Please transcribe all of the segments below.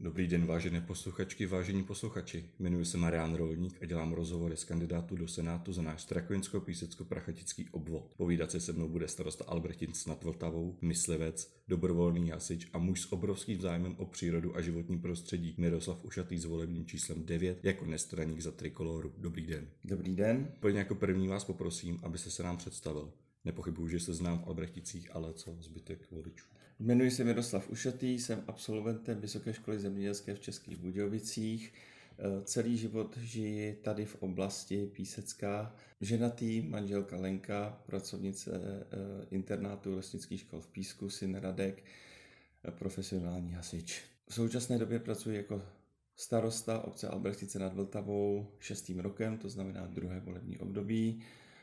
Dobrý den, vážené posluchačky, vážení posluchači. Jmenuji se Marián Rolník a dělám rozhovory s kandidátů do Senátu za náš Strakovinsko-Písecko-Prachatický obvod. Povídat se mnou bude starosta Albrechtic nad Vltavou, myslivec, dobrovolný hasič a muž s obrovským zájmem o přírodu a životní prostředí Miroslav Ušatý s volebním číslem 9 jako nestraník za Trikoloru. Dobrý den. Dobrý den. Úplně jako první vás poprosím, abyste se nám představil. Nepochybuji, že se znám v Albrechticích, ale co zbytek voličů. Jmenuji se Miroslav Ušatý, jsem absolventem Vysoké školy zemědělské v Českých Budějovicích. Celý život žiji tady v oblasti Písecka. Ženatý, manželka Lenka, pracovnice internátu lesnických škol v Písku, syn Radek, profesionální hasič. V současné době pracuji jako starosta obce Albrechtice nad Vltavou 6. rokem, to znamená 2. volební období.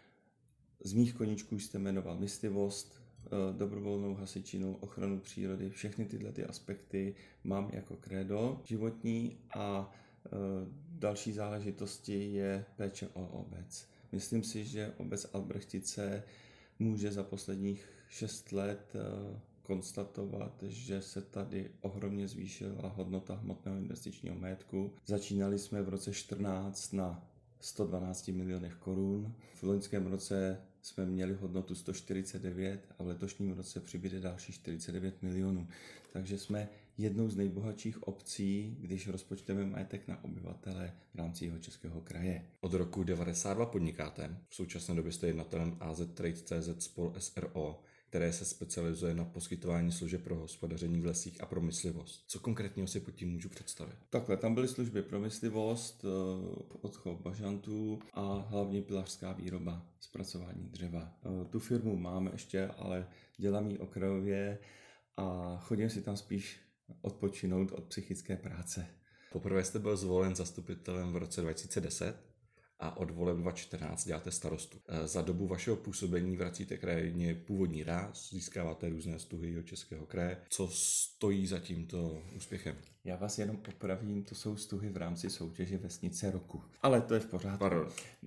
Z mých koníčků jste jmenoval myslivost, dobrovolnou hasičinu, ochranu přírody, všechny tyhle ty aspekty mám jako krédo životní a další záležitosti je péče o obec. Myslím si, že obec Albrechtice může za posledních 6 let konstatovat, že se tady ohromně zvýšila hodnota hmotného investičního majetku. Začínali jsme v roce 14 na 112 milionech korun. V loňském roce jsme měli hodnotu 149 a v letošním roce přibyde další 49 milionů. Takže jsme jednou z nejbohatších obcí, když rozpočteme majetek na obyvatele v rámci Jihočeského kraje. Od roku 1992 podnikáte. V současné době jste jednatelem AZ Trade.cz spol s.r.o., které se specializuje na poskytování služeb pro hospodaření v lesích a pro myslivost. Co konkrétního si pod tím můžu představit? Takhle, tam byly služby pro myslivost, odchov bažantů a hlavně pilařská výroba, zpracování dřeva. Tu firmu máme ještě, ale dělám ji okrajově a chodím si tam spíš odpočinout od psychické práce. Poprvé jste byl zvolen zastupitelem v roce 2010 a od voleb 2014 děláte starostu. Za dobu vašeho působení vracíte krajině původní ráz, získáváte různé stuhy Jihočeského kraje. Co stojí za tímto úspěchem? Já vás jenom opravím, to jsou stuhy v rámci soutěže Vesnice roku. Ale to je v pořádku. Pardon.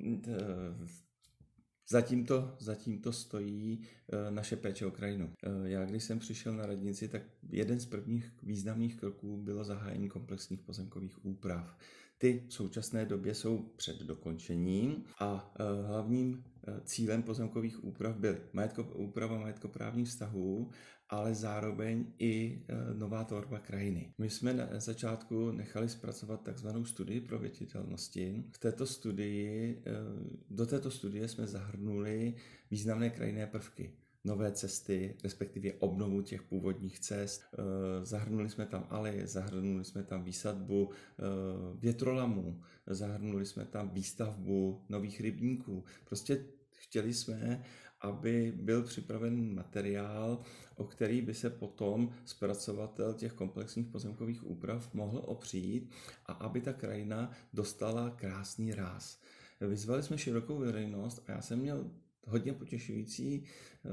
Zatím to stojí naše péče o krajinu. Já když jsem přišel na radnici, tak jeden z prvních významných kroků bylo zahájení komplexních pozemkových úprav. Ty v současné době jsou před dokončením a hlavním cílem pozemkových úprav byly úprava majetkoprávních vztahů, ale zároveň i nová tvorba krajiny. My jsme na začátku nechali zpracovat takzvanou studii proveditelnosti. Do této studie jsme zahrnuli významné krajinné prvky. Nové cesty, respektive obnovu těch původních cest. Zahrnuli jsme tam aleje, zahrnuli jsme tam výsadbu větrolamů, zahrnuli jsme tam výstavbu nových rybníků. Prostě chtěli jsme, aby byl připraven materiál, o který by se potom zpracovatel těch komplexních pozemkových úprav mohl opřít a aby ta krajina dostala krásný ráz. Vyzvali jsme širokou veřejnost a já jsem měl hodně potěšující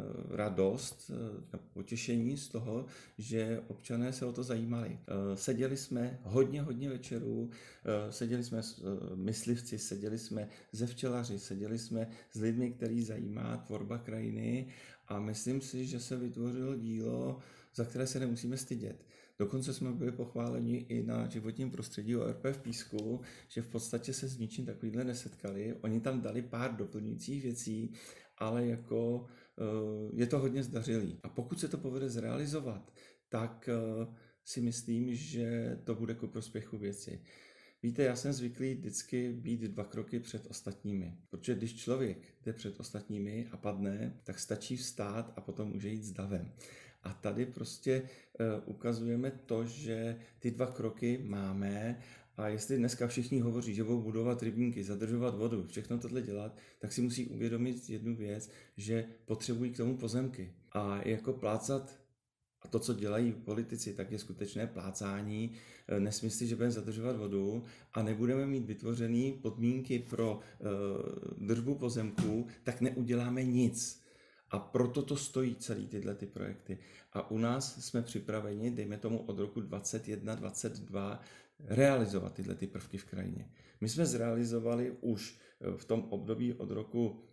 radost, potěšení z toho, že občané se o to zajímali. Seděli jsme hodně večerů, seděli jsme s myslivci, seděli jsme se včelaři, seděli jsme s lidmi, který zajímá tvorba krajiny a myslím si, že se vytvořilo dílo, za které se nemusíme stydět. Dokonce jsme byli pochváleni i na životním prostředí ORP v Písku, že v podstatě se s ničím takovýhle nesetkali. Oni tam dali pár doplňujících věcí, ale jako je to hodně zdařilý. A pokud se to povede zrealizovat, tak si myslím, že to bude ku prospěchu věci. Víte, já jsem zvyklý vždycky být 2 kroky před ostatními, protože když člověk jde před ostatními a padne, tak stačí vstát a potom může jít s davem. A tady prostě ukazujeme to, že ty 2 kroky máme a jestli dneska všichni hovoří, že budou budovat rybníky, zadržovat vodu, všechno tohle dělat, tak si musí uvědomit jednu věc, že potřebují k tomu pozemky. A jako plácat, a to, co dělají politici, tak je skutečné plácání, nesmysly, že budeme zadržovat vodu a nebudeme mít vytvořené podmínky pro držbu pozemků, tak neuděláme nic. A proto to stojí celý tyhle ty projekty. A u nás jsme připraveni, dejme tomu od roku 2021-2022, realizovat tyhle ty prvky v krajině. My jsme zrealizovali už v tom období od roku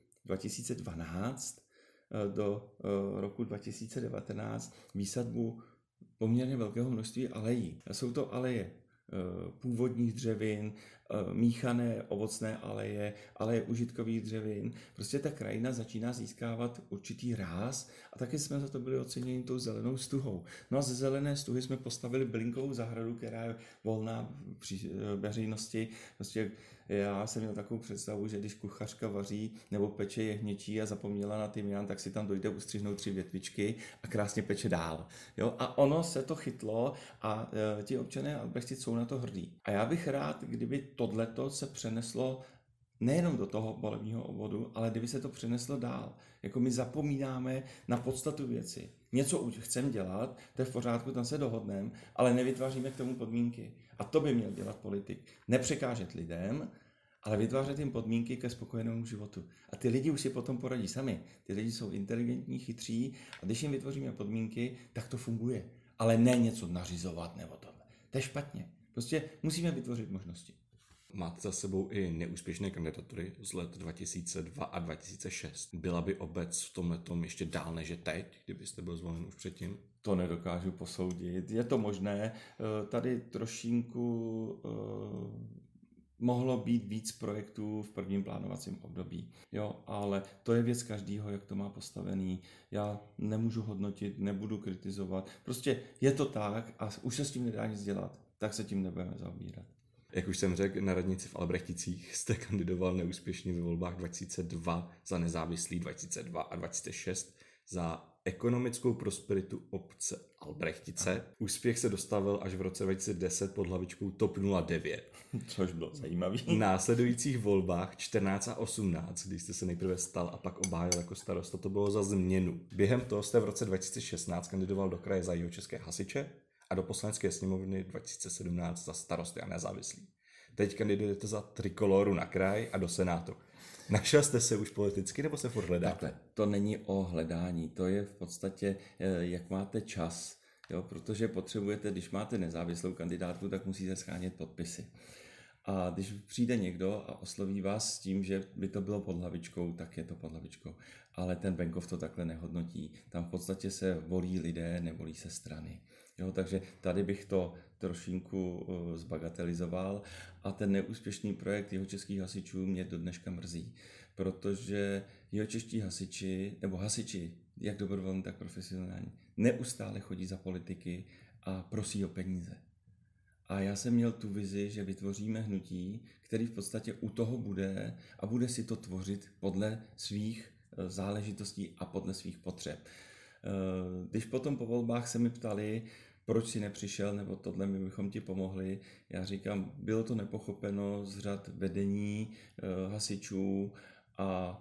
2012 do roku 2019 výsadbu poměrně velkého množství alejí. Jsou to aleje původních dřevin, míchané ovocné aleje užitkových dřevin. Prostě ta krajina začíná získávat určitý ráz a taky jsme za to byli oceněni tou zelenou stuhou. No a ze zelené stuhy jsme postavili bylinkovou zahradu, která je volná při veřejnosti. Prostě já jsem měl takovou představu, že když kuchařka vaří nebo peče jehněčí a zapomněla na tymián, tak si tam dojde ustřihnout 3 větvičky a krásně peče dál. Jo? A ono se to chytlo a ti občané Albrechtic jsou na to hrdí. A já bych rád, kdyby tohleto se přeneslo nejenom do toho volebního obvodu, ale kdyby se to přeneslo dál. Jako my zapomínáme na podstatu věci. Něco chceme dělat, to je v pořádku, tam se dohodneme, ale nevytváříme k tomu podmínky. A to by měl dělat politik. Nepřekážet lidem, ale vytvářet jim podmínky ke spokojenému životu. A ty lidi už si potom poradí sami. Ty lidi jsou inteligentní, chytří a když jim vytvoříme podmínky, tak to funguje. Ale ne něco nařizovat nebo tohle. To je špatně. Prostě musíme vytvořit možnosti. Máte za sebou i neúspěšné kandidatury z let 2002 a 2006. Byla by obec v tomhletom ještě dál než je teď, kdybyste byl zvolen už předtím? To nedokážu posoudit. Je to možné. Tady trošinku mohlo být víc projektů v prvním plánovacím období. Jo, ale to je věc každýho, jak to má postavený. Já nemůžu hodnotit, nebudu kritizovat. Prostě je to tak a už se s tím nedá nic dělat. Tak se tím nebudeme zaobírat. Jak už jsem řekl, na radnici v Albrechticích jste kandidoval neúspěšně ve volbách 2002 za nezávislý, 2002 a 2006 za ekonomickou prosperitu obce Albrechtice. Úspěch se dostavil až v roce 2010 pod hlavičkou TOP 09. Což bylo zajímavý. V následujících volbách 14 a 18, když jste se nejprve stal a pak obhájil jako starosta, to bylo za změnu. Během toho jste v roce 2016 kandidoval do kraje za Jihočeské hasiče a do poslanecké sněmovny 2017 za starosty a nezávislý. Teď kandidujete za Trikoloru na kraj a do Senátu. Našel jste se už politicky, nebo se furt hledáte? Takhle, to není o hledání, to je v podstatě, jak máte čas, jo? Protože potřebujete, když máte nezávislou kandidátku, tak musíte shánět podpisy. A když přijde někdo a osloví vás s tím, že by to bylo pod hlavičkou, tak je to pod hlavičkou. Ale ten venkov to takhle nehodnotí. Tam v podstatě se volí lidé, nevolí se strany. Jo, takže tady bych to trošinku zbagatelizoval a ten neúspěšný projekt jihočeských hasičů mě do dneška mrzí, protože jihočeští hasiči, nebo hasiči, jak dobrovolní, tak profesionální, neustále chodí za politiky a prosí o peníze. A já jsem měl tu vizi, že vytvoříme hnutí, který v podstatě u toho bude a bude si to tvořit podle svých záležitostí a podle svých potřeb. Když potom po volbách se mi ptali, proč si nepřišel, nebo tohle my bychom ti pomohli. Já říkám, bylo to nepochopeno z řad vedení hasičů a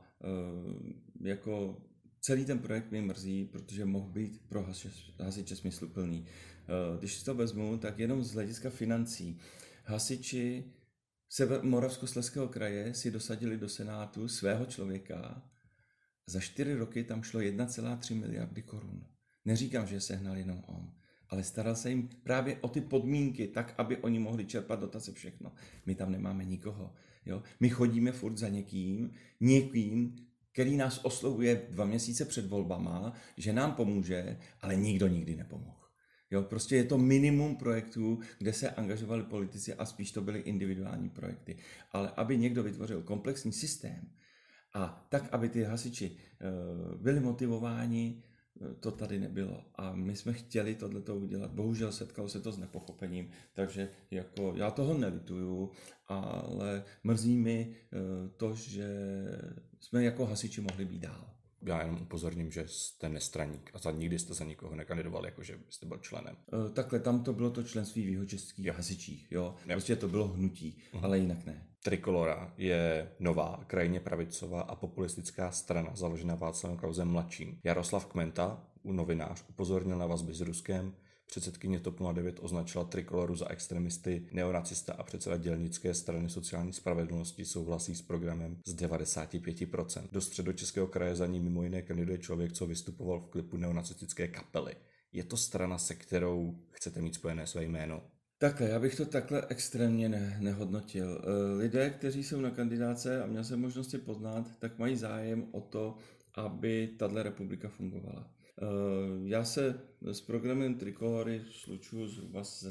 jako celý ten projekt mě mrzí, protože mohl být pro hasiče smysluplný. Když si to vezmu, tak jenom z hlediska financí. Hasiči Moravskoslezského kraje si dosadili do Senátu svého člověka. Za 4 roky tam šlo 1,3 miliardy korun. Neříkám, že sehnal jenom on, ale staral se jim právě o ty podmínky, tak, aby oni mohli čerpat dotace všechno. My tam nemáme nikoho. Jo? My chodíme furt za někým, který nás oslovuje 2 měsíce před volbama, že nám pomůže, ale nikdo nikdy nepomohl. Jo? Prostě je to minimum projektů, kde se angažovali politici a spíš to byly individuální projekty. Ale aby někdo vytvořil komplexní systém a tak, aby ty hasiči byli motivováni, to tady nebylo. A my jsme chtěli tohleto udělat. Bohužel setkalo se to s nepochopením, takže jako já toho nelituju, ale mrzí mi to, že jsme jako hasiči mohli být dál. Já jenom upozorním, že jste nestraník a nikdy jste za nikoho nekandidoval, jakože jste byl členem. Takhle, tam to bylo to členství v jihočeských hasičích, jo. Prostě to bylo hnutí, ale jinak ne. Trikolora je nová, krajně pravicová a populistická strana založená Václavem Klausem mladším. Jaroslav Kmenta, novinář, upozornil na vazby s Ruskem. Předsedkyně TOP 09 označila Trikoloru za extremisty, neonacista a předseda dělnické strany sociální spravedlnosti souhlasí s programem z 95%. Do Středočeského kraje za ní mimo jiné kandiduje člověk, co vystupoval v klipu neonacistické kapely. Je to strana, se kterou chcete mít spojené své jméno? Takhle, já bych to takhle extrémně nehodnotil. Lidé, kteří jsou na kandidáce a měl jsem možnost je poznat, tak mají zájem o to, aby tato republika fungovala. Já se s programem Trikolory slučuju zhruba ze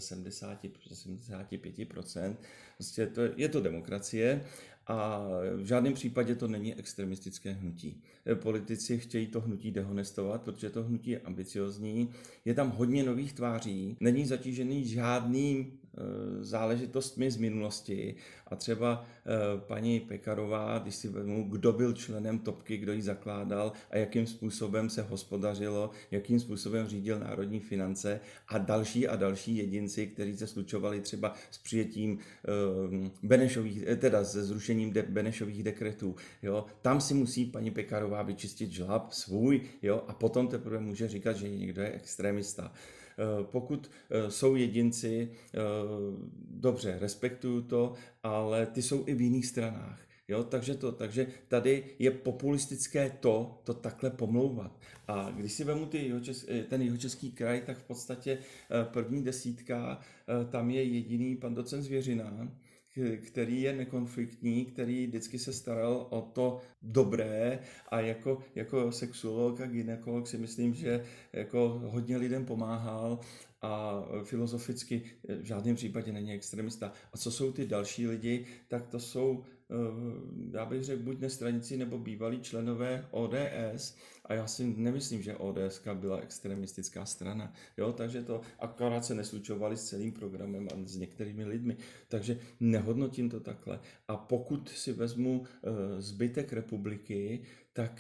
75%. Prostě je to demokracie a v žádném případě to není extremistické hnutí. Politici chtějí to hnutí dehonestovat, protože to hnutí je ambiciozní, je tam hodně nových tváří, není zatížený žádným záležitostmi z minulosti a třeba paní Pekarová, když si vezmu, kdo byl členem Topky, kdo ji zakládal a jakým způsobem se hospodařilo, jakým způsobem řídil národní finance a další jedinci, kteří se slučovali třeba s přijetím se zrušením Benešových dekretů. Jo. Tam si musí paní Pekarová vyčistit žlab svůj, jo, a potom teprve může říkat, že někdo je extremista. Pokud jsou jedinci, dobře, respektuju to, ale ty jsou i v jiných stranách. Jo, takže tady je populistické to takhle pomlouvat. A když si vemu ten Jihočeský kraj, tak v podstatě první desítka, tam je jediný pan docent Zvěřina, který je nekonfliktní, který vždycky se staral o to dobré a jako sexuolog a gynekolog si myslím, že jako hodně lidem pomáhal a filozoficky v žádném případě není extremista. A co jsou ty další lidi, tak to jsou, já bych řekl, buď nestranici nebo bývalí členové ODS a já si nemyslím, že ODS byla extremistická strana. Jo? Takže to akorát se neslučovali s celým programem a s některými lidmi. Takže nehodnotím to takhle. A pokud si vezmu zbytek republiky, tak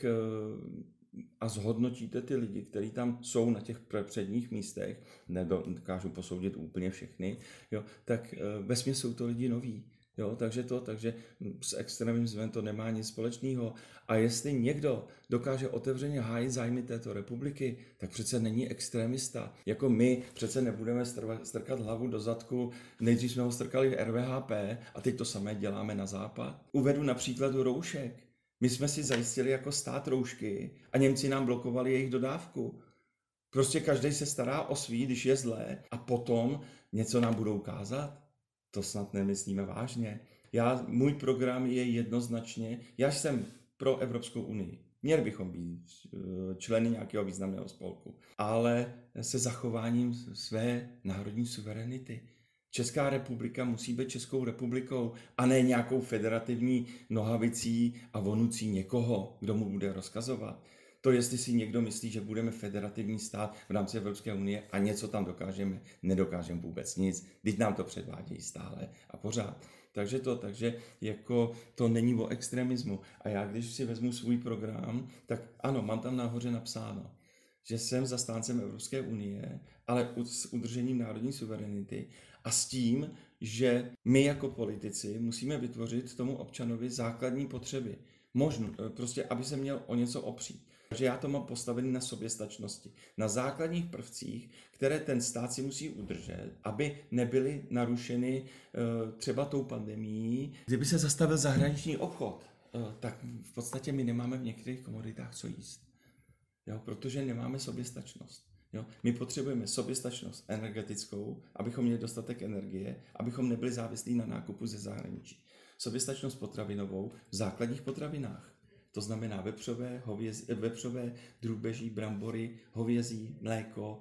a zhodnotíte ty lidi, kteří tam jsou na těch předních místech, nedokážu posoudit úplně všechny, jo, tak vesměs jsou to lidi noví. Jo, takže s extremismem to nemá nic společného. A jestli někdo dokáže otevřeně hájit zájmy této republiky, tak přece není extremista. Jako my přece nebudeme strkat hlavu do zadku, nejdřív jsme ho strkali v RVHP a teď to samé děláme na západ. Uvedu na příkladu roušek. My jsme si zajistili jako stát roušky a Němci nám blokovali jejich dodávku. Prostě každý se stará o svý, když je zlé a potom něco nám budou kázat. To snad nemyslíme vážně. Můj program je jednoznačně, já jsem pro Evropskou unii. Měli bychom být členy nějakého významného spolku, ale se zachováním své národní suverenity. Česká republika musí být Českou republikou a ne nějakou federativní nohavicí a vonucí někoho, kdo mu bude rozkazovat. To, jestli si někdo myslí, že budeme federativní stát v rámci Evropské unie a něco tam dokážeme, nedokážeme vůbec nic. Teď nám to předvádějí stále a pořád. Takže jako to není o extremismu. A já, když si vezmu svůj program, tak ano, mám tam nahoře napsáno, že jsem zastáncem Evropské unie, ale s udržením národní suverenity a s tím, že my jako politici musíme vytvořit tomu občanovi základní potřeby. Možno, prostě, aby se měl o něco opřít. Takže já to mám postavený na soběstačnosti, na základních prvcích, které ten stát si musí udržet, aby nebyly narušeny třeba tou pandemií. Kdyby se zastavil zahraniční obchod, tak v podstatě my nemáme v některých komoditách co jíst, jo, protože nemáme soběstačnost. Jo. My potřebujeme soběstačnost energetickou, abychom měli dostatek energie, abychom nebyli závislí na nákupu ze zahraničí. Soběstačnost potravinovou v základních potravinách. To znamená vepřové, drůbeží, brambory, hovězí, mléko,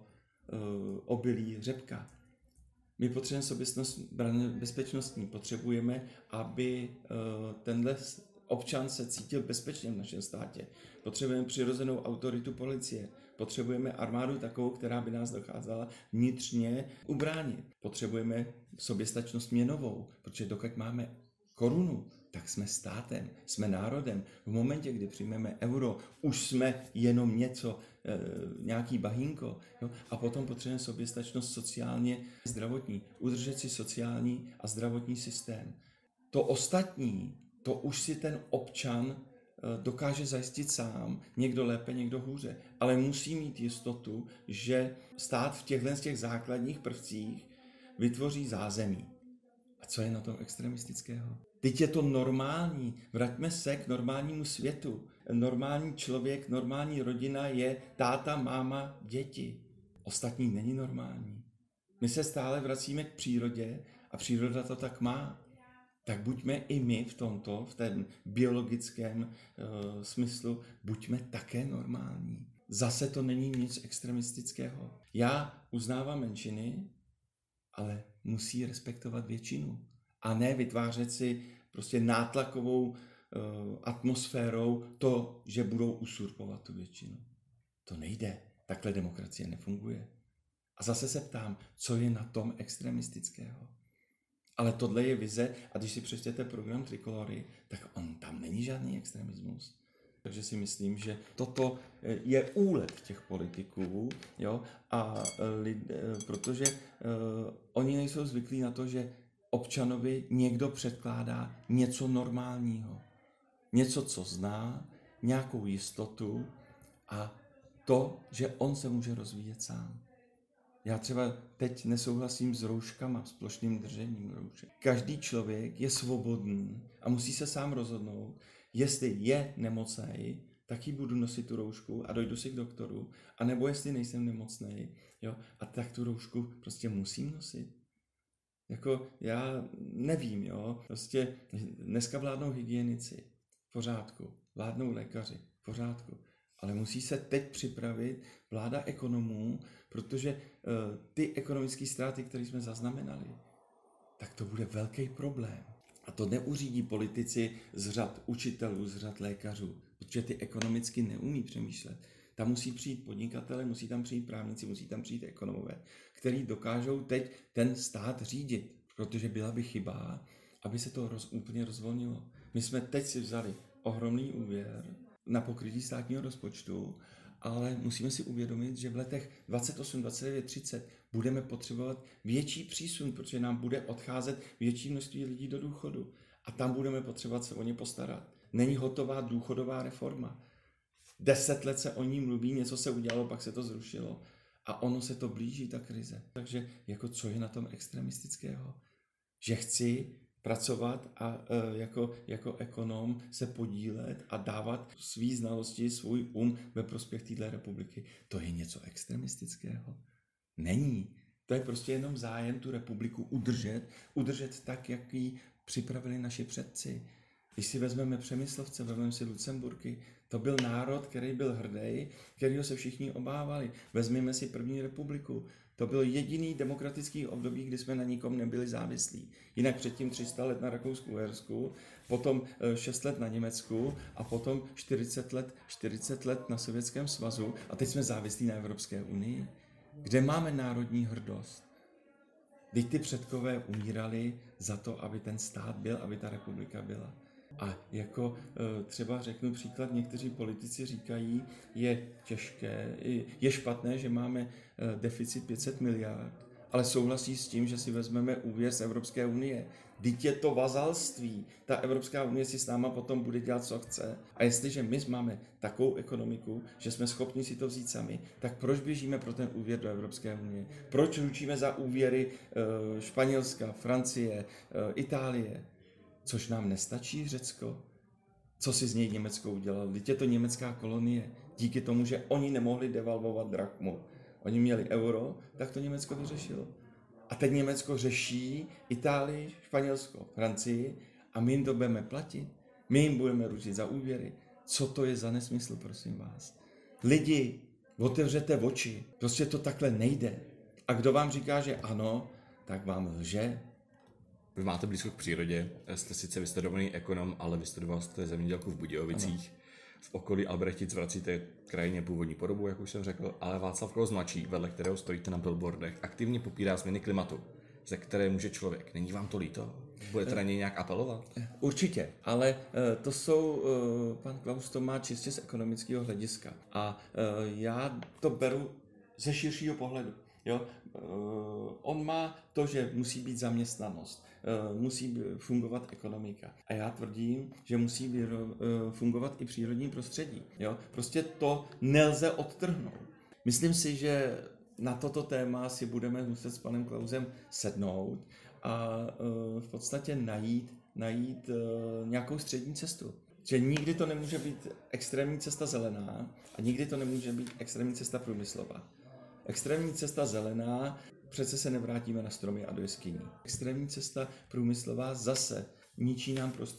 obilí, řepka. My potřebujeme soběstačnost bezpečnostní, potřebujeme, aby tenhle občan se cítil bezpečně v našem státě. Potřebujeme přirozenou autoritu policie. Potřebujeme armádu takovou, která by nás dokázala vnitřně ubránit. Potřebujeme soběstačnost měnovou, protože dokud máme korunu, tak jsme státem, jsme národem. V momentě, kdy přijmeme euro, už jsme jenom něco, nějaký bahínko. Jo? A potom potřebujeme soběstačnost sociálně zdravotní. Udržet si sociální a zdravotní systém. To ostatní, to už si ten občan dokáže zajistit sám, někdo lépe, někdo hůře. Ale musí mít jistotu, že stát v těch základních prvcích vytvoří zázemí. A co je na tom extremistického? Teď je to normální. Vraťme se k normálnímu světu. Normální člověk, normální rodina je táta, máma, děti. Ostatní není normální. My se stále vracíme k přírodě a příroda to tak má. Tak buďme i my v tom biologickém smyslu, buďme také normální. Zase to není nic extremistického. Já uznávám menšiny, ale musí respektovat většinu. A ne vytvářet si prostě nátlakovou atmosférou to, že budou usurpovat tu většinu. To nejde. Takhle demokracie nefunguje. A zase se ptám, co je na tom extremistického. Ale tohle je vize a když si přečtete program Trikolory, tak tam není žádný extremismus. Takže si myslím, že toto je úlet těch politiků, jo? Protože oni nejsou zvyklí na to, že občanovi někdo předkládá něco normálního. Něco, co zná, nějakou jistotu a to, že on se může rozvíjet sám. Já třeba teď nesouhlasím s rouškama, s plošným držením roušek. Každý člověk je svobodný a musí se sám rozhodnout, jestli je nemocnej, tak ji budu nosit tu roušku a dojdu si k doktoru, anebo jestli nejsem nemocnej, jo, a tak tu roušku prostě musím nosit. Jako já nevím, jo, prostě dneska vládnou hygienici, v pořádku, vládnou lékaři, v pořádku, ale musí se teď připravit vláda ekonomů, protože ty ekonomické ztráty, které jsme zaznamenali, tak to bude velký problém. A to neuřídí politici z řad učitelů, z řad lékařů, protože ty ekonomicky neumí přemýšlet. Tam musí přijít podnikatele, musí tam přijít právníci, musí tam přijít ekonomové, kteří dokážou teď ten stát řídit, protože byla by chyba, aby se to úplně rozvolnilo. My jsme teď si vzali ohromný úvěr na pokrytí státního rozpočtu, ale musíme si uvědomit, že v letech 28, 29, 30 budeme potřebovat větší přísun, protože nám bude odcházet větší množství lidí do důchodu a tam budeme potřebovat se o ně postarat. Není hotová důchodová reforma. 10 let se o ní mluví, něco se udělalo, pak se to zrušilo a ono se to blíží, ta krize. Takže jako co je na tom extremistického? Že chci pracovat a jako ekonom se podílet a dávat svý znalosti, svůj ve prospěch téhle republiky. To je něco extremistického? Není. To je prostě jenom zájem tu republiku udržet tak, jak ji připravili naši předci. Když si vezmeme Přemyslovce, vezmeme si Lucemburky, to byl národ, který byl hrdý, kterýho se všichni obávali. Vezmeme si první republiku. To byl jediný demokratický období, kdy jsme na nikom nebyli závislí. Jinak předtím 300 let na Rakousku-Uhersku, potom 6 let na Německu a potom 40 let na Sovětském svazu a teď jsme závislí na Evropské unii. Kde máme národní hrdost? Vždyť ty předkové umírali za to, aby ten stát byl, aby ta republika byla. A jako třeba řeknu příklad, někteří politici říkají, je špatné, že máme deficit 500 miliard, ale souhlasí s tím, že si vezmeme úvěr z Evropské unie. Vždyť je to vazalství. Ta Evropská unie si s náma potom bude dělat, co chce. A jestliže my máme takovou ekonomiku, že jsme schopni si to vzít sami, tak proč běžíme pro ten úvěr do Evropské unie? Proč ručíme za úvěry Španělska, Francie, Itálie? Což nám nestačí Řecko? Co si z něj Německo udělalo? Vždyť je to německá kolonie. Díky tomu, že oni nemohli devalvovat drachmu. Oni měli euro, tak to Německo vyřešilo. A teď Německo řeší Itálii, Španělsko, Francii a my jim to budeme platit. My jim budeme ručit za úvěry. Co to je za nesmysl, prosím vás? Lidi, otevřete oči. Prostě to takhle nejde. A kdo vám říká, že ano, tak vám lže. Vy máte blízko k přírodě, jste sice vystudovaný ekonom, ale vystudoval jste zemědělku v Budějovicích. Ano. V okolí Albrechtic vracíte krajině původní podobu, jak už jsem řekl, ale Václav Klaus mladší, vedle kterého stojíte na billboardech, aktivně popírá změny klimatu, ze které může člověk. Není vám to líto? Budete na něj nějak apelovat? Určitě, ale to jsou, pan Klaus to má čistě z ekonomického hlediska. A já to beru ze širšího pohledu. Jo? On má to, že musí být zaměstnanost, musí fungovat ekonomika. A já tvrdím, že musí fungovat i přírodní prostředí. Jo? Prostě to nelze odtrhnout. Myslím si, že na toto téma si budeme muset s panem Klausem sednout a v podstatě najít nějakou střední cestu. Že nikdy to nemůže být extrémní cesta zelená a nikdy to nemůže být extrémní cesta průmyslová. Extrémní cesta zelená, přece se nevrátíme na stromy a do jeskyní. Extrémní cesta průmyslová zase ničí nám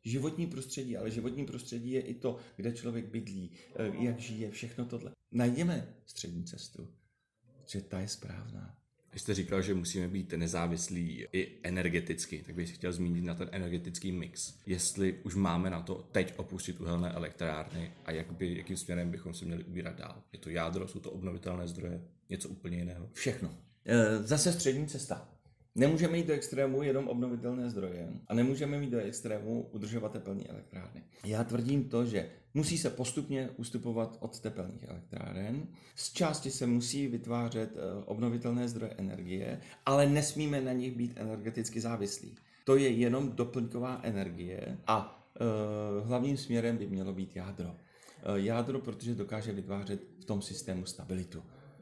životní prostředí, ale životní prostředí je i to, kde člověk bydlí, jak žije, všechno tohle. Najdeme střední cestu, že ta je správná. Vy jste říkal, že musíme být nezávislí i energeticky, tak bych chtěl zmínit na ten energetický mix. Jestli už máme na to teď opustit uhelné elektrárny a jakým směrem bychom se měli ubírat dál. Je to jádro, jsou to obnovitelné zdroje, něco úplně jiného? Všechno. Zase střední cesta. Nemůžeme jít do extrému jenom obnovitelné zdroje a nemůžeme jít do extrému udržovat tepelné elektrárny. Já tvrdím to, že musí se postupně ustupovat od tepelných elektráren. Z části se musí vytvářet obnovitelné zdroje energie, ale nesmíme na nich být energeticky závislí. To je jenom doplňková energie a hlavním směrem by mělo být jádro. Jádro, protože dokáže vytvářet v tom systému stabilitu.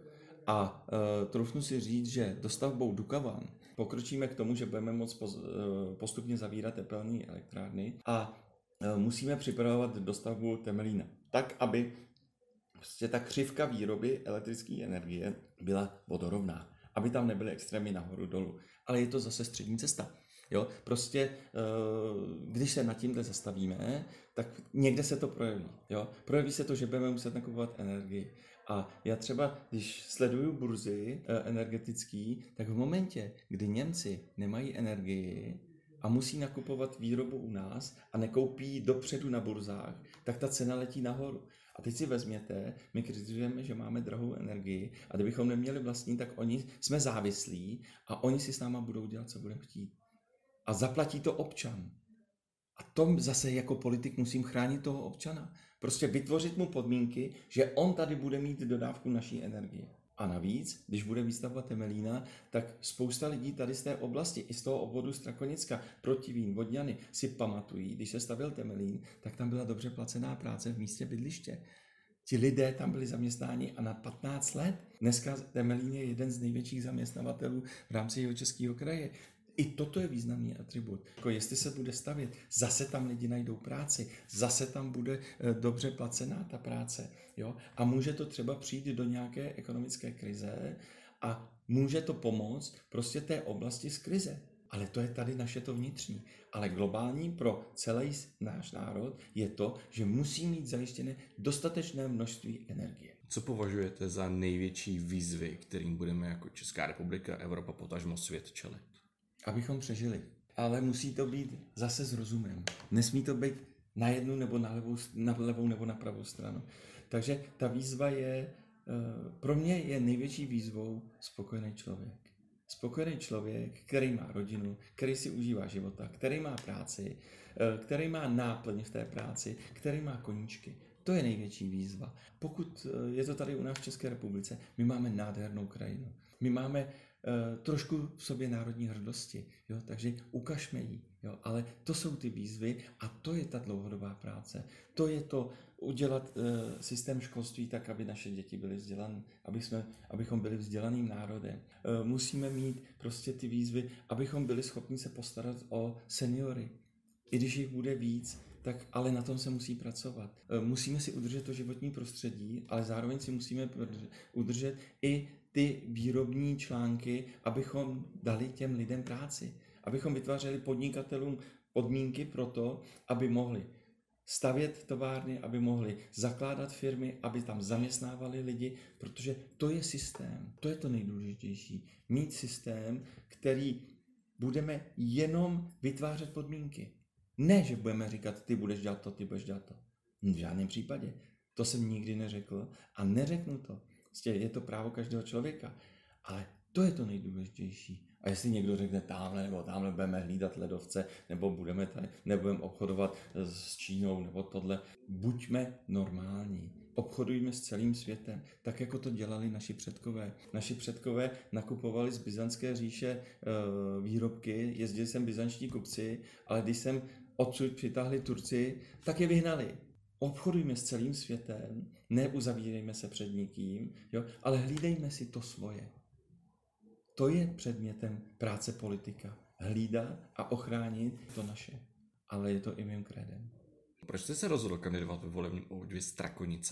A troufnu si říct, že dostavbou Dukovan pokročíme k tomu, že budeme moct postupně zavírat tepelné elektrárny a musíme připravovat dostavbu Temelína. Tak, aby prostě ta křivka výroby elektrické energie byla vodorovná, aby tam nebyly extrémy nahoru dolů. Ale je to zase střední cesta. Jo? Prostě když se nad tímhle zastavíme, tak někde se to projeví. Jo? Projeví se to, že budeme muset nakupovat energii. A já třeba, když sleduju burzy energetický, tak v momentě, kdy Němci nemají energii a musí nakupovat výrobu u nás a nekoupí dopředu na burzách, tak ta cena letí nahoru. A teď si vezměte, my kritizujeme, že máme drahou energii a kdybychom neměli vlastní, tak oni jsme závislí a oni si s náma budou dělat, co budeme chtít. A zaplatí to občan. A to zase jako politik musím chránit toho občana. Prostě vytvořit mu podmínky, že on tady bude mít dodávku naší energie. A navíc, když bude výstavba Temelína, tak spousta lidí tady z té oblasti, i z toho obvodu Strakonicka, Protivín, Vodňany, si pamatují, když se stavěl Temelín, tak tam byla dobře placená práce v místě bydliště. Ti lidé tam byli zaměstnáni a na 15 let. Dneska Temelín je jeden z největších zaměstnavatelů v rámci Jihočeského kraje. I toto je významný atribut. Jako jestli se bude stavět, zase tam lidi najdou práci, zase tam bude dobře placená ta práce. Jo? A může to třeba přijít do nějaké ekonomické krize a může to pomoct prostě té oblasti z krize. Ale to je tady naše to vnitřní. Ale globální pro celý náš národ je to, že musí mít zajištěné dostatečné množství energie. Co považujete za největší výzvy, kterým budeme jako Česká republika, Evropa, potažmo svět čelit? Abychom přežili. Ale musí to být zase s rozumem. Nesmí to být na jednu nebo na levou nebo na pravou stranu. Takže ta výzva je, pro mě je největší výzvou spokojený člověk. Spokojený člověk, který má rodinu, který si užívá života, který má práci, který má náplň v té práci, který má koníčky. To je největší výzva. Pokud je to tady u nás v České republice, my máme nádhernou krajinu. My máme trošku v sobě národní hrdosti, jo? Takže ukažme ji. Jo? Ale to jsou ty výzvy a to je ta dlouhodobá práce. To je to udělat systém školství tak, aby naše děti byly vzdělané, abychom byli vzdělaným národem. Musíme mít prostě ty výzvy, abychom byli schopni se postarat o seniory. I když jich bude víc, tak ale na tom se musí pracovat. Musíme si udržet to životní prostředí, ale zároveň si musíme udržet i ty výrobní články, abychom dali těm lidem práci. Abychom vytvářeli podnikatelům podmínky pro to, aby mohli stavět továrny, aby mohli zakládat firmy, aby tam zaměstnávali lidi, protože to je systém. To je to nejdůležitější. Mít systém, který budeme jenom vytvářet podmínky. Ne, že budeme říkat, ty budeš dělat to, ty budeš dělat to. V žádném případě. To jsem nikdy neřekl a neřeknu to. Prostě je to právo každého člověka. Ale to je to nejdůležitější. A jestli někdo řekne tamhle nebo tamhle budeme hlídat ledovce, nebo nebudeme obchodovat s Čínou, nebo tohle. Buďme normální. Obchodujme s celým světem, tak jako to dělali naši předkové. Naši předkové nakupovali z Byzantské říše výrobky, jezdili sem byzantští kupci, ale když sem odsud přitáhli Turci, tak je vyhnali. Obchodujme s celým světem, neuzavírejme se před nikým, jo, ale hlídejme si to svoje. To je předmětem práce politika. Hlídat a ochránit to naše. Ale je to i mým krédem. Proč jste se rozhodl kandidovat ve volebním obvodě Strakonice?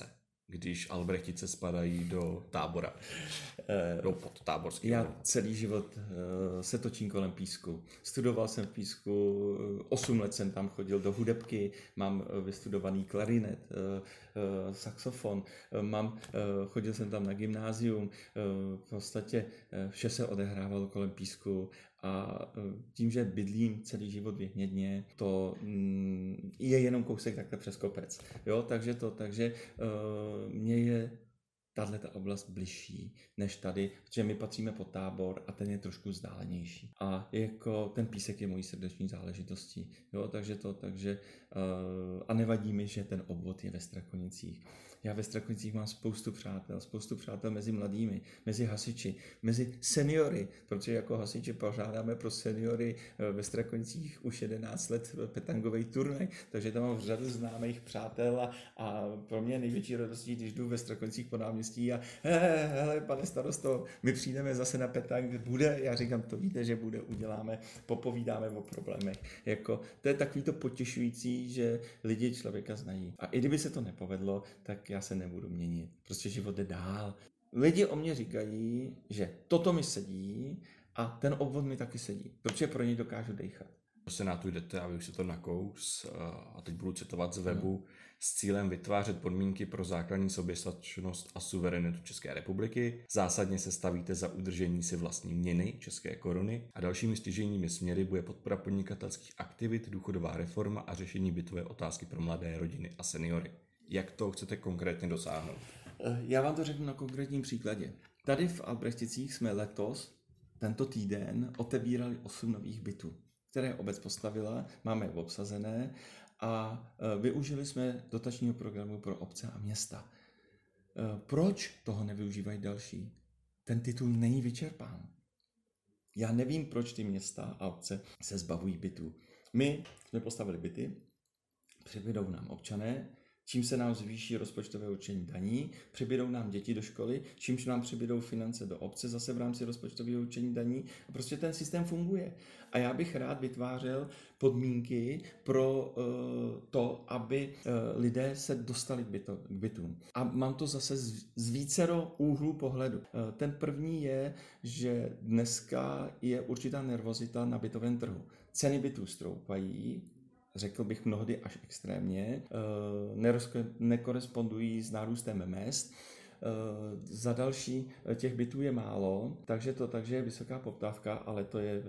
když Albrechtice spadají do Tábora, do podtáborského? Já celý život se točím kolem Písku. Studoval jsem v Písku, 8 let jsem tam chodil do hudebky, mám vystudovaný klarinet, saxofon, chodil jsem tam na gymnázium, v podstatě vše se odehrávalo kolem Písku. A tím, že bydlím celý život v Jehnědně, to je jenom kousek takhle přes kopec. Jo, takže mně je tato oblast bližší než tady, protože my patříme pod Tábor a ten je trošku vzdálenější. A jako ten Písek je mojí srdeční záležitostí. Jo, takže a nevadí mi, že ten obvod je ve Strakonicích. Já ve Strakonicích mám spoustu přátel mezi mladými, mezi hasiči, mezi seniory, protože jako hasiči pořádáme pro seniory ve Strakonicích už 11 let petangový turnaj, takže tam mám řadu známých přátel a pro mě je největší radostí, když jdu ve Strakonicích po náměstí a hele, pane starosto, my přijdeme zase na petang, bude, já říkám, to víte, že bude, uděláme, popovídáme o problémech. Jako, to je takový to potěšující, že lidi člověka znají. A i kdyby se to nepovedlo, tak já se nebudu měnit. Prostě život jde dál. Lidi o mě říkají, že toto mi sedí a ten obvod mi taky sedí, protože pro něj dokážu dejchat. Do Senátu jdete, aby už se to nakous, a teď budu citovat z webu, s cílem vytvářet podmínky pro základní soběstačnost a suverenitu České republiky. Zásadně se stavíte za udržení si vlastní měny, české koruny, a dalšími stěžejními směry bude podpora podnikatelských aktivit, důchodová reforma a řešení bytové otázky pro mladé rodiny a seniory. Jak to chcete konkrétně dosáhnout? Já vám to řeknu na konkrétním příkladě. Tady v Albrechticích jsme letos, tento týden, otevírali 8 nových bytů, které obec postavila, máme je obsazené a využili jsme dotačního programu pro obce a města. Proč toho nevyužívají další? Ten titul není vyčerpán. Já nevím, proč ty města a obce se zbavují bytů. My jsme postavili byty, přibydou nám občané, čím se nám zvýší rozpočtové určení daní, přibydou nám děti do školy, čímž nám přibydou finance do obce zase v rámci rozpočtového určení daní. A prostě ten systém funguje. A já bych rád vytvářel podmínky pro to, aby lidé se dostali k bytům. A mám to zase z vícero úhlů pohledu. Ten první je, že dneska je určitá nervozita na bytovém trhu. Ceny bytů stoupají, řekl bych mnohdy až extrémně, nekorespondují s nárůstem mezd. Za další, těch bytů je málo, takže je vysoká poptávka, ale to je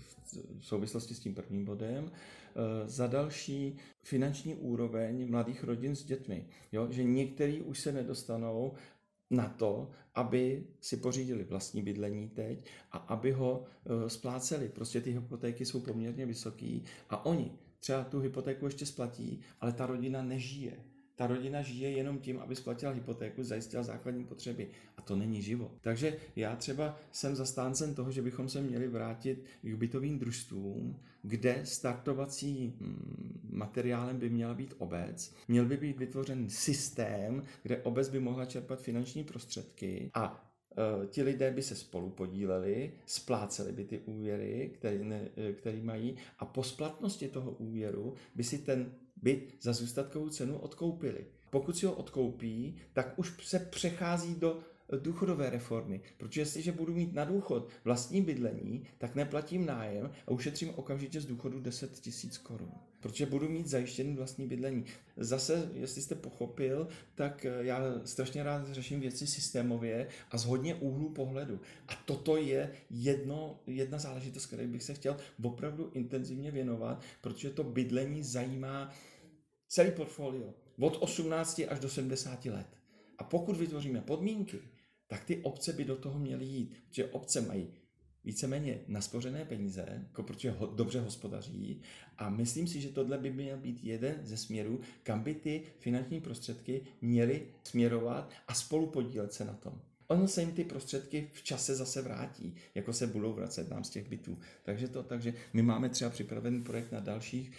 v souvislosti s tím prvním bodem. Za další, finanční úroveň mladých rodin s dětmi, jo? Že některý už se nedostanou na to, aby si pořídili vlastní bydlení teď a aby ho spláceli. Prostě ty hypotéky jsou poměrně vysoký a oni třeba tu hypotéku ještě splatí, ale ta rodina nežije. Ta rodina žije jenom tím, aby splatila hypotéku, zajistila základní potřeby. A to není život. Takže já třeba jsem zastáncem toho, že bychom se měli vrátit k bytovým družstvům, kde startovací materiálem by měla být obec. Měl by být vytvořen systém, kde obec by mohla čerpat finanční prostředky a ti lidé by se spolu podíleli, spláceli by ty úvěry, které mají, a po splatnosti toho úvěru by si ten byt za zůstatkovou cenu odkoupili. Pokud si ho odkoupí, tak už se přechází do důchodové reformy, protože jestliže budu mít na důchod vlastní bydlení, tak neplatím nájem a ušetřím okamžitě z důchodu 10 000 korun, protože budu mít zajištěný vlastní bydlení. Zase, jestli jste pochopil, tak já strašně rád řeším věci systémově a z hodně úhlů pohledu. A toto je jedna záležitost, které bych se chtěl opravdu intenzivně věnovat, protože to bydlení zajímá celý portfolio od 18 až do 70 let. A pokud vytvoříme podmínky, tak ty obce by do toho měly jít, protože obce mají víceméně naspořené peníze, protože dobře hospodaří, a myslím si, že tohle by měl být jeden ze směrů, kam by ty finanční prostředky měly směrovat a spolu podílet se na tom. Ono se jim ty prostředky v čase zase vrátí, jako se budou vracet nám z těch bytů. Takže my máme třeba připravený projekt na dalších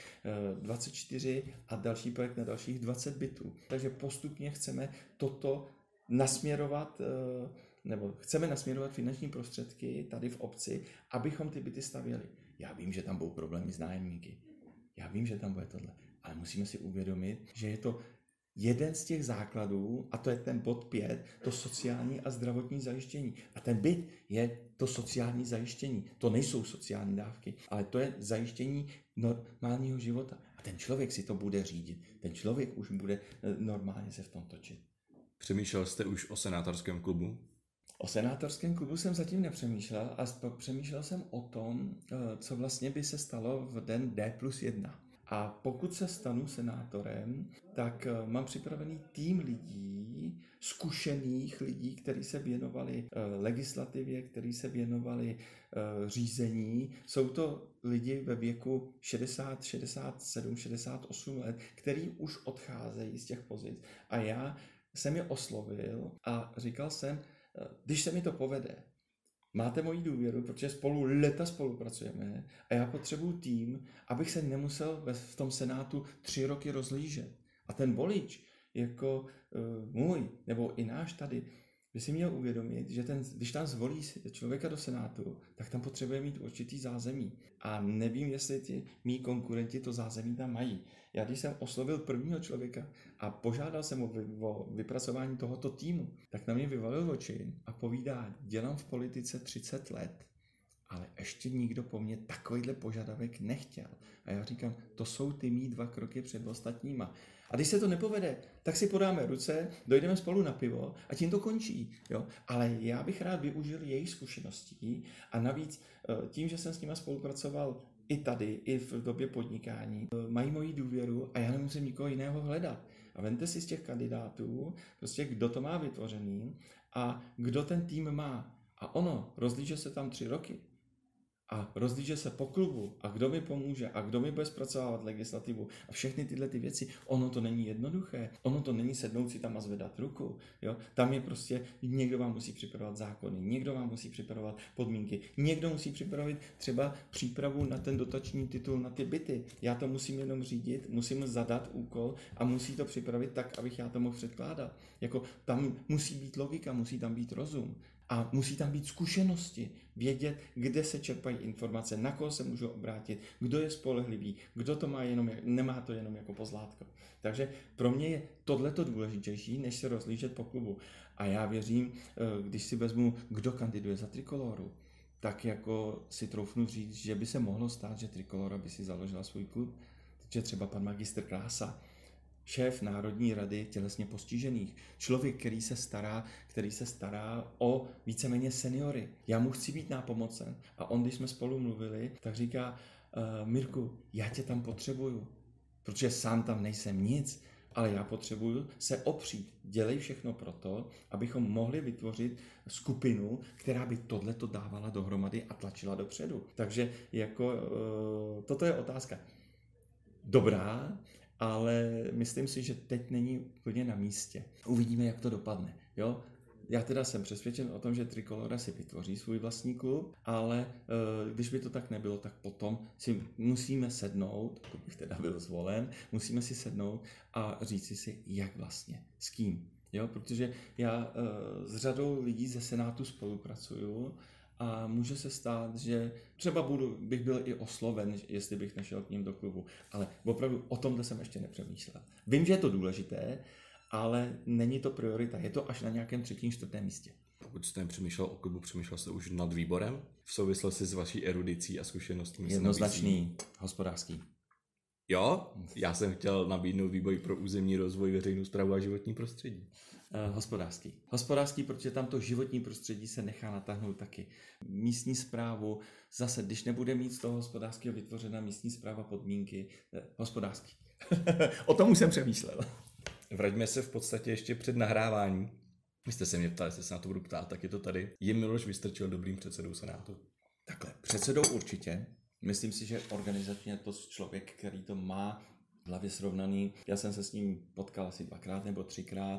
24 a další projekt na dalších 20 bytů. Takže postupně chceme toto nasměrovat, nebo chceme nasměrovat finanční prostředky tady v obci, abychom ty byty stavěli. Já vím, že tam budou problémy s nájemníky. Já vím, že tam bude tohle. Ale musíme si uvědomit, že je to jeden z těch základů, a to je ten bod 5, to sociální a zdravotní zajištění. A ten byt je to sociální zajištění. To nejsou sociální dávky, ale to je zajištění normálního života. A ten člověk si to bude řídit. Ten člověk už bude normálně se v tom točit. Přemýšlel jste už o senátorském klubu? O senátorském klubu jsem zatím nepřemýšlel a přemýšlel jsem o tom, co vlastně by se stalo v den D+1. A pokud se stanu senátorem, tak mám připravený tým lidí, zkušených lidí, kteří se věnovali legislativě, kteří se věnovali řízení. Jsou to lidi ve věku 60, 67, 68 let, kteří už odcházejí z těch pozic. A já jsem je oslovil a říkal jsem, když se mi to povede, máte moji důvěru, protože spolu leta spolupracujeme a já potřebuju tým, abych se nemusel v tom senátu 3 roky rozlížet. A ten volič, jako můj, nebo i náš tady, by si měl uvědomit, že když tam zvolí člověka do senátu, tak tam potřebuje mít určitý zázemí. A nevím, jestli ti mý konkurenti to zázemí tam mají. Já když jsem oslovil prvního člověka a požádal jsem o vypracování tohoto týmu, tak na mě vyvalil oči a povídá, dělám v politice 30 let, ale ještě nikdo po mně takovýhle požadavek nechtěl. A já říkám, to jsou ty mý 2 kroky před ostatníma. A když se to nepovede, tak si podáme ruce, dojdeme spolu na pivo a tím to končí. Jo? Ale já bych rád využil jejich zkušeností a navíc tím, že jsem s nima spolupracoval i tady, i v době podnikání, mají moji důvěru a já nemusím nikoho jiného hledat. A vemte si z těch kandidátů, prostě kdo to má vytvořený a kdo ten tým má. A ono, rozlíže se tam 3 roky. A rozlíže se po klubu a kdo mi pomůže a kdo mi bude zpracovávat legislativu a všechny tyhle ty věci. Ono to není jednoduché, ono to není sednout si tam a zvedat ruku. Jo? Tam je prostě, někdo vám musí připravovat zákony, někdo vám musí připravovat podmínky, někdo musí připravit třeba přípravu na ten dotační titul na ty byty. Já to musím jenom řídit, musím zadat úkol a musí to připravit tak, abych já to mohl předkládat. Jako, tam musí být logika, musí tam být rozum. A musí tam být zkušenosti, vědět, kde se čerpají informace, na koho se můžu obrátit, kdo je spolehlivý, kdo to má nemá to jenom jako pozlátko. Takže pro mě je tohleto důležitější, než se rozlížet po klubu. A já věřím, když si vezmu, kdo kandiduje za Trikoloru, tak jako si troufnu říct, že by se mohlo stát, že Trikolora by si založila svůj klub. Takže třeba pan magistr Krása, šéf Národní rady tělesně postižených. Člověk, který se stará o víceméně seniory. Já mu chci být nápomocen. A on, když jsme spolu mluvili, tak říká, Mirku, já tě tam potřebuju, protože sám tam nejsem nic, ale já potřebuju se opřít. Dělej všechno proto, abychom mohli vytvořit skupinu, která by tohleto dávala dohromady a tlačila dopředu. Takže jako toto je otázka dobrá, ale myslím si, že teď není úplně na místě. Uvidíme, jak to dopadne. Jo? Já teda jsem přesvědčen o tom, že Trikolora si vytvoří svůj vlastní klub, ale když by to tak nebylo, tak potom si musíme sednout, pokud bych teda byl zvolen, musíme si sednout a říci si, jak vlastně, s kým. Jo? Protože já s řadou lidí ze Senátu spolupracuju a může se stát, že třeba bych byl i osloven, jestli bych nešel k ním do klubu. Ale opravdu o tomto jsem ještě nepřemýšlel. Vím, že je to důležité, ale není to priorita. Je to až na nějakém 3., 4. místě. Pokud jste nepřemýšlel o klubu, přemýšlel jste už nad výborem? V souvislosti s vaší erudicí a zkušeností? Jednoznačný, hospodářský. Jo? Já jsem chtěl nabídnout výbor pro územní rozvoj, veřejnou správu a životní prostředí. Hospodářský. Hospodářský, protože tam to životní prostředí se nechá natáhnout taky. Místní správu, zase, když nebude mít z toho hospodářského vytvořena místní správa podmínky, hospodářský. O tom už jsem přemýšlel. Vraťme se v podstatě ještě před nahráváním. Vy jste se mě ptali, jestli se na to budu ptát, tak je to tady. Je Miloš Vystrčil dobrým předsedou Senátu? Takhle, předsedou určitě. Myslím si, že organizačně to člověk, který to má v hlavě srovnaný. Já jsem se s ním potkal asi 2krát nebo 3krát.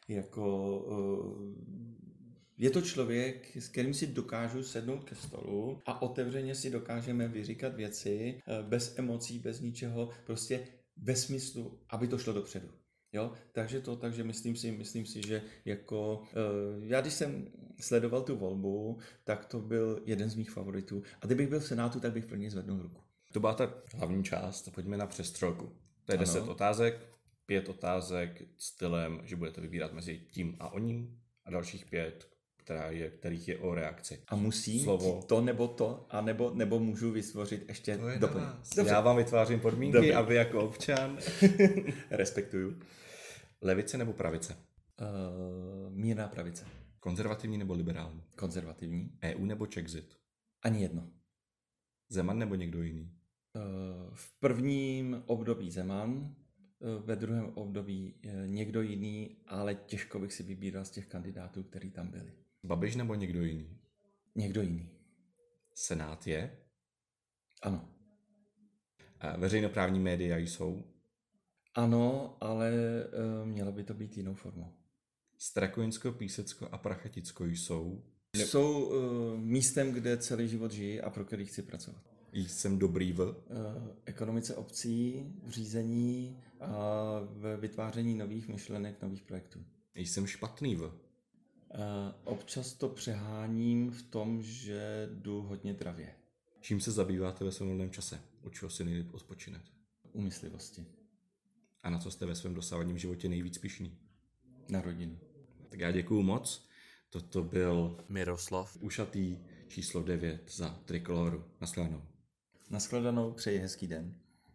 Je to člověk, s kterým si dokážu sednout ke stolu a otevřeně si dokážeme vyříkat věci bez emocí, bez ničeho, prostě ve smyslu, aby to šlo dopředu. Jo? Takže myslím si, že jako já když jsem sledoval tu volbu, tak to byl jeden z mých favoritů. A kdybych byl v Senátu, tak bych pro něj zvednul ruku. To byla ta hlavní část, pojďme na přestřelku. To je 10 otázek, 5 otázek stylem, že budete vybírat mezi tím a oním a dalších 5, kterých je o reakci. A musí slovo to nebo to, a nebo můžu vytvořit ještě doplněk. Já vám vytvářím podmínky, Dobře. a vy jako občan. Respektuju. Levice nebo pravice? Mírná pravice. Konzervativní nebo liberální? Konzervativní. EU nebo Czexit? Ani jedno. Zeman nebo někdo jiný? V prvním období Zeman, ve druhém období někdo jiný, ale těžko bych si vybíral z těch kandidátů, kteří tam byli. Babiš nebo někdo jiný? Někdo jiný. Senát je? Ano. Veřejnoprávní média jsou? Ano, ale mělo by to být jinou formou. Strakojinsko, Písecko a Prachaticko jsou? Jsou místem, kde celý život žiji a pro který chci pracovat. Jsem dobrý v? Ekonomice obcí, v řízení a v vytváření nových myšlenek, nových projektů. Jsem špatný v? Občas to přeháním v tom, že jdu hodně dravě. Čím se zabýváte ve svém volném čase? Od čeho si nejlíp odpočinete? U myslivosti. A na co jste ve svém dosavadním životě nejvíc pyšný? Na rodinu. Tak já děkuju moc. Toto byl Miroslav Ušatý číslo 9 za Trikoloru. Naschledanou. Nashledanou, přeji hezký den.